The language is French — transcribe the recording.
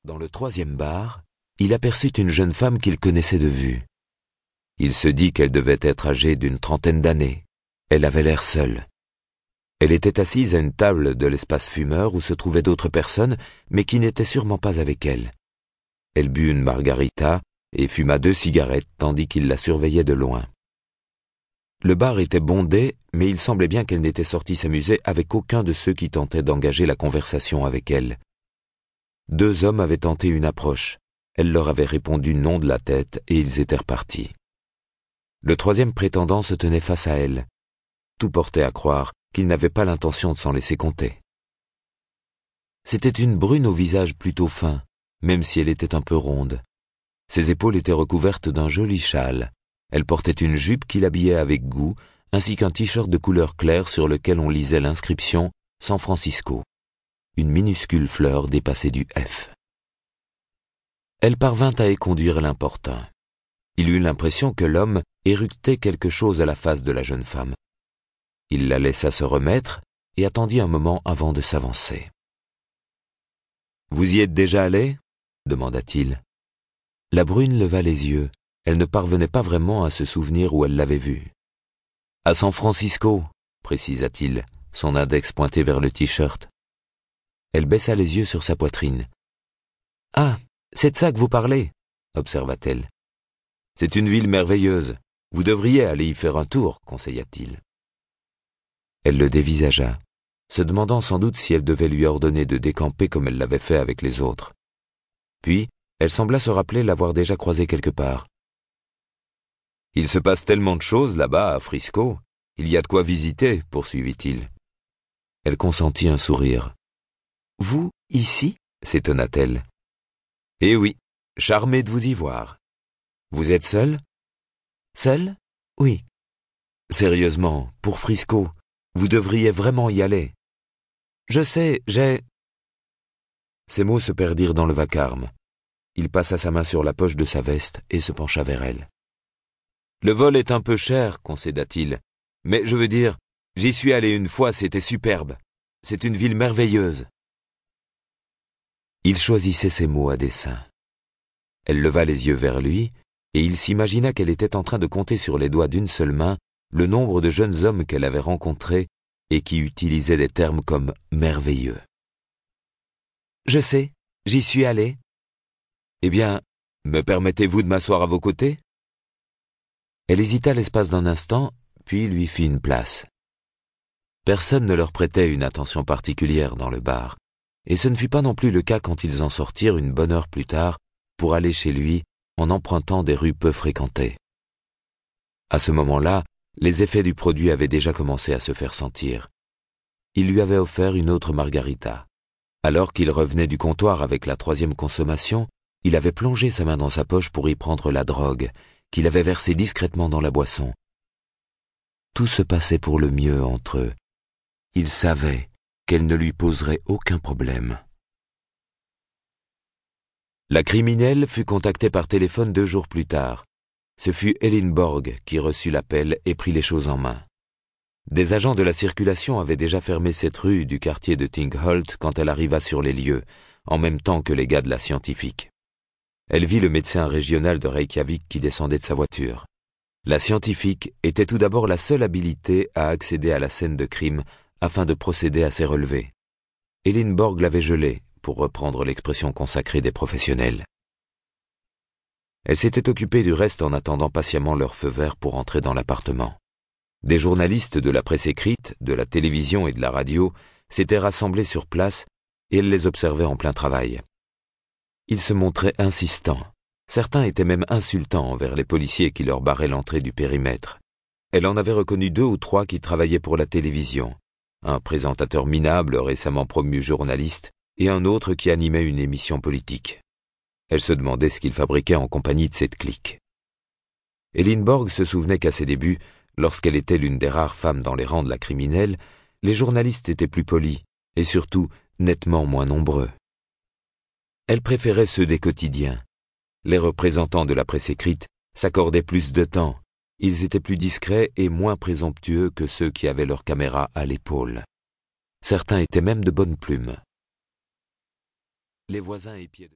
Dans le troisième bar, il aperçut une jeune femme qu'il connaissait de vue. Il se dit qu'elle devait être âgée d'une trentaine d'années. Elle avait l'air seule. Elle était assise à une table de l'espace fumeur où se trouvaient d'autres personnes, mais qui n'étaient sûrement pas avec elle. Elle but une margarita et fuma 2 cigarettes tandis qu'il la surveillait de loin. Le bar était bondé, mais il semblait bien qu'elle n'était sortie s'amuser avec aucun de ceux qui tentaient d'engager la conversation avec elle. 2 hommes avaient tenté une approche. Elle leur avait répondu non de la tête et ils étaient repartis. Le troisième prétendant se tenait face à elle. Tout portait à croire qu'il n'avait pas l'intention de s'en laisser compter. C'était une brune au visage plutôt fin, même si elle était un peu ronde. Ses épaules étaient recouvertes d'un joli châle. Elle portait une jupe qui l'habillait avec goût, ainsi qu'un t-shirt de couleur claire sur lequel on lisait l'inscription « San Francisco ». Une minuscule fleur dépassait du F. Elle parvint à éconduire l'importun. Il eut l'impression que l'homme éructait quelque chose à la face de la jeune femme. Il la laissa se remettre et attendit un moment avant de s'avancer. « Vous y êtes déjà allé ?» demanda-t-il. La brune leva les yeux. Elle ne parvenait pas vraiment à se souvenir où elle l'avait vue. « À San Francisco », précisa-t-il, son index pointé vers le t-shirt. Elle baissa les yeux sur sa poitrine. « Ah, c'est de ça que vous parlez » observa-t-elle. « C'est une ville merveilleuse. Vous devriez aller y faire un tour, conseilla-t-il. Elle le dévisagea, se demandant sans doute si elle devait lui ordonner de décamper comme elle l'avait fait avec les autres. Puis, elle sembla se rappeler l'avoir déjà croisé quelque part. « Il se passe tellement de choses là-bas, à Frisco. Il y a de quoi visiter, poursuivit-il. Elle consentit un sourire. « Vous, ici ?» s'étonna-t-elle. « Eh oui, charmée de vous y voir. Vous êtes seule ?»« Seule ? Oui. »« Sérieusement, pour Frisco, vous devriez vraiment y aller. »« Je sais, j'ai... » Ses mots se perdirent dans le vacarme. Il passa sa main sur la poche de sa veste et se pencha vers elle. « Le vol est un peu cher, concéda-t-il. Mais je veux dire, j'y suis allé une fois, c'était superbe. C'est une ville merveilleuse. » Il choisissait ses mots à dessein. Elle leva les yeux vers lui, et il s'imagina qu'elle était en train de compter sur les doigts d'une seule main le nombre de jeunes hommes qu'elle avait rencontrés et qui utilisaient des termes comme « merveilleux ». « Je sais, j'y suis allé. »« Eh bien, me permettez-vous de m'asseoir à vos côtés ?» Elle hésita l'espace d'un instant, puis lui fit une place. Personne ne leur prêtait une attention particulière dans le bar, et ce ne fut pas non plus le cas quand ils en sortirent une bonne heure plus tard pour aller chez lui en empruntant des rues peu fréquentées. À ce moment-là, les effets du produit avaient déjà commencé à se faire sentir. Il lui avait offert une autre margarita. Alors qu'il revenait du comptoir avec la 3e consommation, il avait plongé sa main dans sa poche pour y prendre la drogue, qu'il avait versée discrètement dans la boisson. Tout se passait pour le mieux entre eux. Il savait qu'elle ne lui poserait aucun problème. La criminelle fut contactée par téléphone 2 jours plus tard. Ce fut Ellenborg qui reçut l'appel et prit les choses en main. Des agents de la circulation avaient déjà fermé cette rue du quartier de Tingholt quand elle arriva sur les lieux, en même temps que les gars de la scientifique. Elle vit le médecin régional de Reykjavik qui descendait de sa voiture. La scientifique était tout d'abord la seule habilitée à accéder à la scène de crime afin de procéder à ses relevés. Ellenborg l'avait gelée, pour reprendre l'expression consacrée des professionnels. Elle s'était occupée du reste en attendant patiemment leur feu vert pour entrer dans l'appartement. Des journalistes de la presse écrite, de la télévision et de la radio s'étaient rassemblés sur place et elle les observait en plein travail. Ils se montraient insistants. Certains étaient même insultants envers les policiers qui leur barraient l'entrée du périmètre. Elle en avait reconnu 2 ou 3 qui travaillaient pour la télévision. Un présentateur minable récemment promu journaliste et un autre qui animait une émission politique. Elle se demandait ce qu'il fabriquait en compagnie de cette clique. Ellenborg se souvenait qu'à ses débuts, lorsqu'elle était l'une des rares femmes dans les rangs de la criminelle, les journalistes étaient plus polis et surtout nettement moins nombreux. Elle préférait ceux des quotidiens. Les représentants de la presse écrite s'accordaient plus de temps. Ils étaient plus discrets et moins présomptueux que ceux qui avaient leur caméra à l'épaule. Certains étaient même de bonne plume. Les voisins épiaient de...